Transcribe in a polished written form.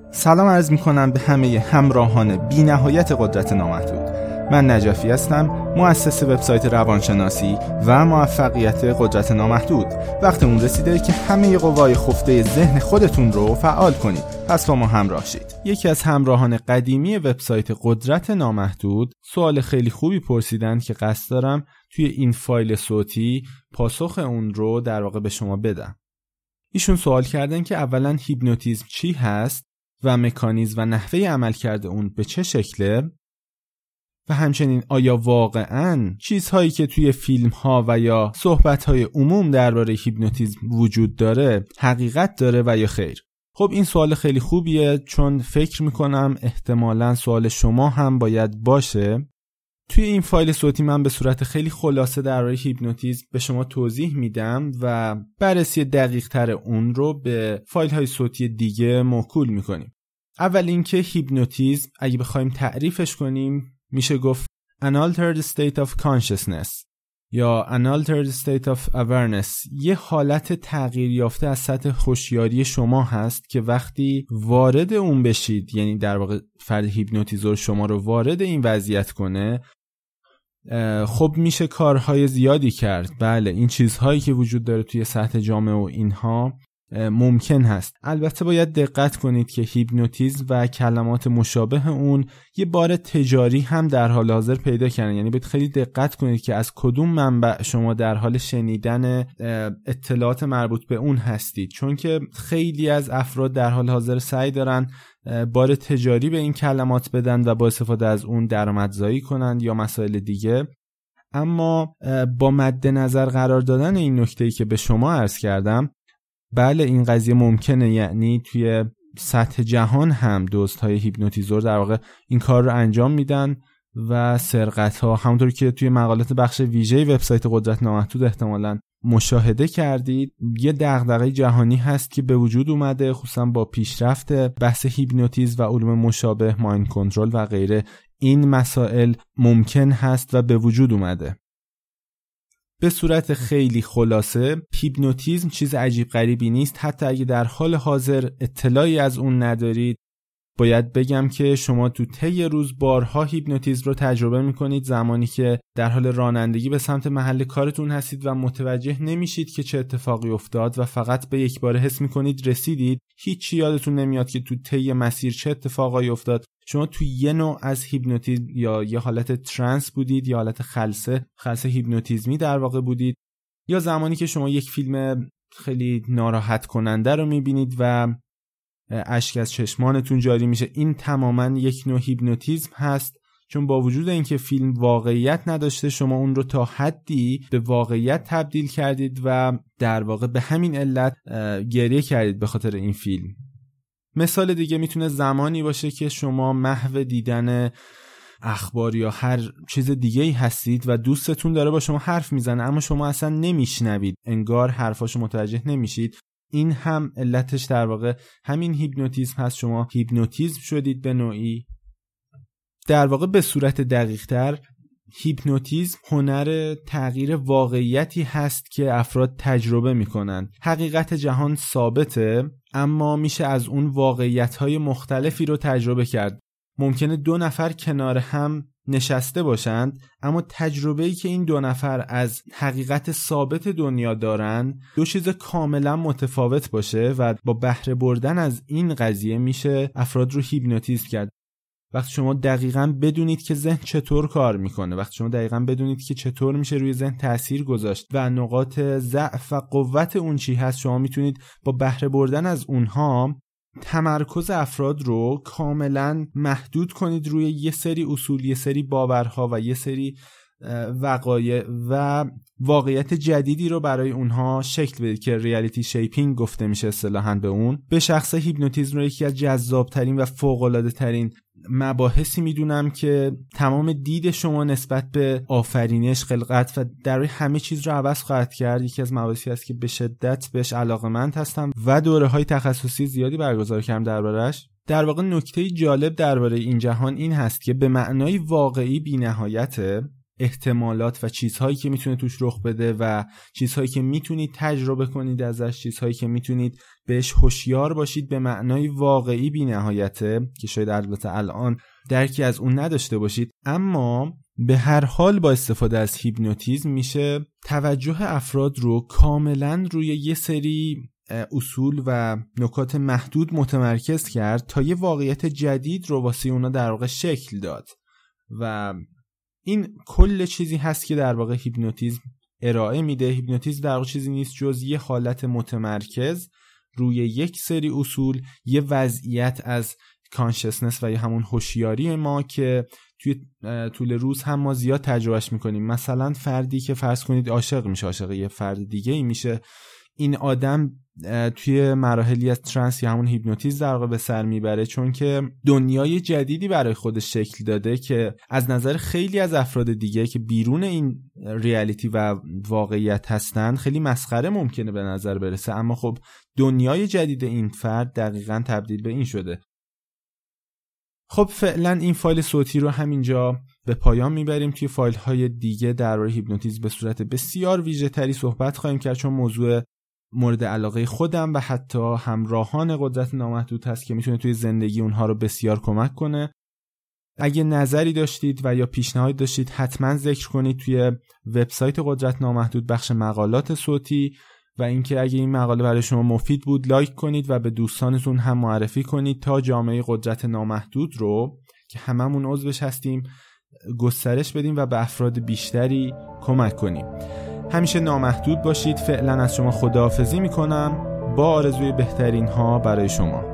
سلام عرض می‌کنم به همه همراهان بی‌نهایت قدرت نامحدود. من نجفی هستم، مؤسس وبسایت روانشناسی و موفقیت قدرت نامحدود. وقت اون رسیده که همه قوای خفته ذهن خودتون رو فعال کنید. پس با ما همراه شید. یکی از همراهان قدیمی وبسایت قدرت نامحدود سوال خیلی خوبی پرسیدن که قصد دارم توی این فایل صوتی پاسخ اون رو در واقع به شما بدم. ایشون سوال کردن که اولا هیپنوتیزم چی هست و مکانیزم و نحوه عملکرد اون به چه شکله، و همچنین آیا واقعاً چیزهایی که توی فیلم‌ها و یا صحبت‌های عموم درباره هیپنوتیزم وجود داره حقیقت داره و یا خیر. خب این سوال خیلی خوبیه، چون فکر میکنم احتمالاً سوال شما هم باید باشه. توی این فایل صوتی من به صورت خیلی خلاصه درباره هیپنوتیزم به شما توضیح میدم و بررسی دقیق تر اون رو به فایل های صوتی دیگه موکول میکنیم. اول اینکه هیپنوتیزم اگه بخوایم تعریفش کنیم میشه گفت an altered state of consciousness یا an altered state of awareness، یه حالت تغییر یافته از سطح هوشیاری شما هست که وقتی وارد اون بشید، یعنی در واقع فرد هیپنوتیزور شما رو وارد این وضعیت کنه، خب میشه کارهای زیادی کرد. بله، این چیزهایی که وجود داره توی سطح جامعه و اینها ممکن هست. البته باید دقت کنید که هیپنوتیزم و کلمات مشابه اون یه بار تجاری هم در حال حاضر پیدا کردن، یعنی باید خیلی دقت کنید که از کدوم منبع شما در حال شنیدن اطلاعات مربوط به اون هستید، چون که خیلی از افراد در حال حاضر سعی دارن بار تجاری به این کلمات بدن و با استفاده از اون درآمدزایی کنن یا مسائل دیگه. اما با مد نظر قرار دادن این نکته‌ای که به شما عرض کردم، بله این قضیه ممکنه، یعنی توی سطح جهان هم دزدهای هیپنوتیزور در واقع این کار رو انجام میدن و سرقت‌ها، همونطور که توی مقالات بخش ویژه وبسایت قدرت نامحدود احتمالاً مشاهده کردید، یه دغدغه جهانی هست که به وجود اومده، خصوصا با پیشرفت بحث هیپنوتیزم و علوم مشابه، مایند کنترل و غیره. این مسائل ممکن هست و به وجود اومده. به صورت خیلی خلاصه، هیپنوتیزم چیز عجیب غریبی نیست. حتی اگه در حال حاضر اطلاعی از اون ندارید، باید بگم که شما تو طی روز بارها هیپنوتیزم رو تجربه میکنید، زمانی که در حال رانندگی به سمت محل کارتون هستید و متوجه نمیشید که چه اتفاقی افتاد و فقط به یک بار حس میکنید رسیدید. هیچ نمیاد نمیاد که تو طی مسیر چه اتفاقایی افتاد. شما تو یه نوع از هیپنوتیزم یا یه حالت ترنس بودید یا حالت خلسه هیپنوتیزمی در واقع بودید، یا زمانی که شما یک فیلم خیلی ناراحت کننده رو میبینید و اشک از چشمانتون جاری میشه. این تماما یک نوع هیپنوتیزم هست، چون با وجود اینکه فیلم واقعیت نداشته، شما اون رو تا حدی به واقعیت تبدیل کردید و در واقع به همین علت گریه کردید به خاطر این فیلم. مثال دیگه میتونه زمانی باشه که شما محو دیدن اخبار یا هر چیز دیگه‌ای هستید و دوستتون داره با شما حرف میزنه، اما شما اصلا نمیشنوید، انگار حرفاشو متوجه نمیشید. این هم علتش در واقع همین هیپنوتیزم هست. شما هیپنوتیزم شدید به نوعی. در واقع به صورت دقیق‌تر، هیپنوتیزم هنر تغییر واقعیتی هست که افراد تجربه میکنن. حقیقت جهان ثابته، اما میشه از اون واقعیت‌های مختلفی رو تجربه کرد. ممکنه دو نفر کنار هم نشسته باشند، اما تجربه‌ای که این دو نفر از حقیقت ثابت دنیا دارن دو چیز کاملا متفاوت باشه و با بهره بردن از این قضیه میشه افراد رو هیپنوتیزم کرد. وقتی شما دقیقاً بدونید که ذهن چطور کار میکنه، وقتی شما دقیقاً بدونید که چطور میشه روی ذهن تأثیر گذاشت و نقاط ضعف و قوت اون چی هست، شما میتونید با بهره بردن از اونها تمرکز افراد رو کاملا محدود کنید روی یه سری اصول، یه سری باورها و یه سری وقایع و واقعیت جدیدی رو برای اونها شکل بدید که ریالیتی شیپینگ گفته میشه اصطلاحاً به اون. به شخص هیپنوتیزم رو یکی از جذابترین و فوق‌العاده ترین مباحثی میدونم که تمام دید شما نسبت به آفرینش، خلقت و در همه چیز رو عوض خواهد کرد. یکی از مباحثی است که به شدت بهش علاقه‌مند هستم و دوره‌های تخصصی زیادی برگزار کردم درباره‌اش. در واقع نکته جالب درباره این جهان این هست که به معنای واقعی بی‌نهایته، احتمالات و چیزهایی که میتونه توش رخ بده و چیزهایی که میتونید تجربه کنید ازش، چیزهایی که میتونید بهش هوشیار باشید به معنای واقعی بی‌نهایته که شاید البته الان درکی از اون نداشته باشید. اما به هر حال با استفاده از هیپنوتیزم میشه توجه افراد رو کاملا روی یه سری اصول و نکات محدود متمرکز کرد تا یه واقعیت جدید رو واسه اونا در واقع شکل داد و این کل چیزی هست که در واقع هیپنوتیزم ارائه میده. هیپنوتیزم در واقع چیزی نیست جز یه حالت متمرکز روی یک سری اصول، یه وضعیت از کانشسنس و یه همون هوشیاری ما که توی طول روز هم ما زیاد تجربهش میکنیم. مثلا فردی که فرض کنید عاشق میشه، عاشق یه فرد دیگه ای میشه، این آدم توی مراحلی از ترنس یا همون هیپنوتیزم در واقع به سر میبره، چون که دنیای جدیدی برای خودش شکل داده که از نظر خیلی از افراد دیگه که بیرون این ریالیتی و واقعیت هستن خیلی مسخره ممکنه به نظر برسه، اما خب دنیای جدید این فرد دقیقاً تبدیل به این شده. خب فعلا این فایل صوتی رو همینجا به پایان میبریم. توی فایل های دیگه درباره هیپنوتیزم به صورت بسیار ویژه تری صحبت خواهیم کرد، چون موضوع مورد علاقه خودم و حتی همراهان قدرت نامحدود هست که میتونه توی زندگی اونها رو بسیار کمک کنه. اگه نظری داشتید و یا پیشنهاد داشتید حتما ذکر کنید توی وبسایت قدرت نامحدود بخش مقالات صوتی، و اینکه اگه این مقاله برای شما مفید بود لایک کنید و به دوستانتون هم معرفی کنید تا جامعه قدرت نامحدود رو که هممون عضوش هستیم گسترش بدیم و به افراد بیشتری کمک کنیم. همیشه نامحدود باشید. فعلا از شما خداحافظی میکنم با آرزوی بهترین ها برای شما.